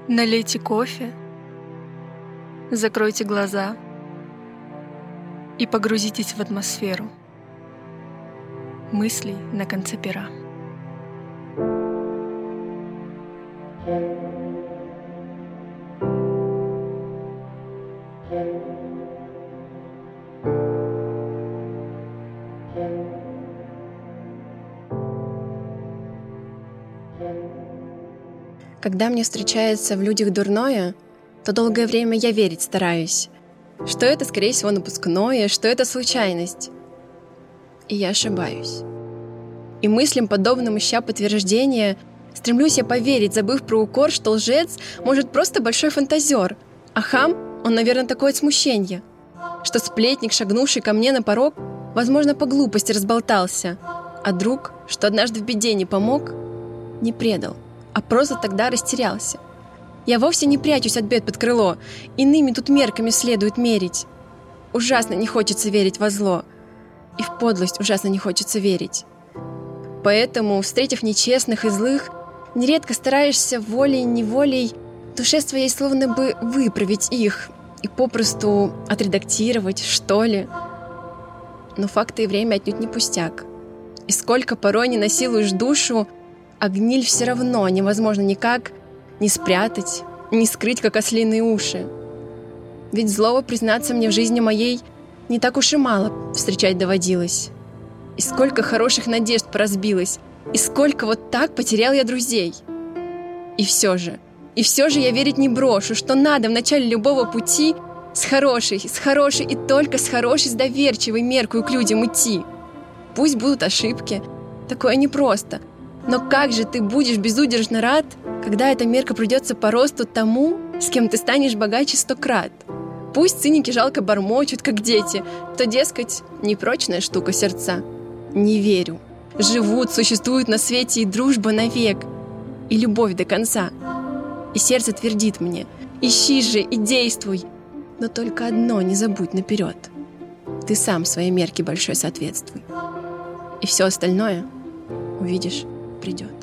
Налейте кофе, закройте глаза и погрузитесь в атмосферу мыслей на конце пера. Когда мне встречается в людях дурное, то долгое время я верить стараюсь, что это, скорее всего, напускное, что это случайность. И я ошибаюсь. И мыслям, подобным ища подтверждения, стремлюсь я поверить, забыв про укор, что лжец может просто большой фантазер, а хам, он, наверное, такое от смущения, что сплетник, шагнувший ко мне на порог, возможно, по глупости разболтался, а друг, что однажды в беде не помог, не предал, а просто тогда растерялся. Я вовсе не прячусь от бед под крыло, иными тут мерками следует мерить. Ужасно не хочется верить во зло, и в подлость ужасно не хочется верить. Поэтому, встретив нечестных и злых, нередко стараешься волей-неволей душе своей словно бы выправить их и попросту отредактировать, что ли. Но факты и время отнюдь не пустяк. И сколько порой не насилуешь душу, а гниль все равно невозможно никак не спрятать, не скрыть, как ослиные уши. Ведь злого, признаться мне, в жизни моей не так уж и мало встречать доводилось. И сколько хороших надежд поразбилось, и сколько вот так потерял я друзей. И все же я верить не брошу, что надо в начале любого пути с хорошей и только с хорошей, с доверчивой меркой к людям идти. Пусть будут ошибки, такое непросто, но как же ты будешь безудержно рад, когда эта мерка придется по росту тому, с кем ты станешь богаче 100 крат. Пусть циники жалко бормочут, как дети, то, дескать, непрочная штука сердца. Не верю. Живут, существуют на свете и дружба навек, и любовь до конца. И сердце твердит мне: ищи же и действуй, но только одно не забудь наперед: ты сам своей мерке большой соответствуй. И все остальное, увидишь, придет.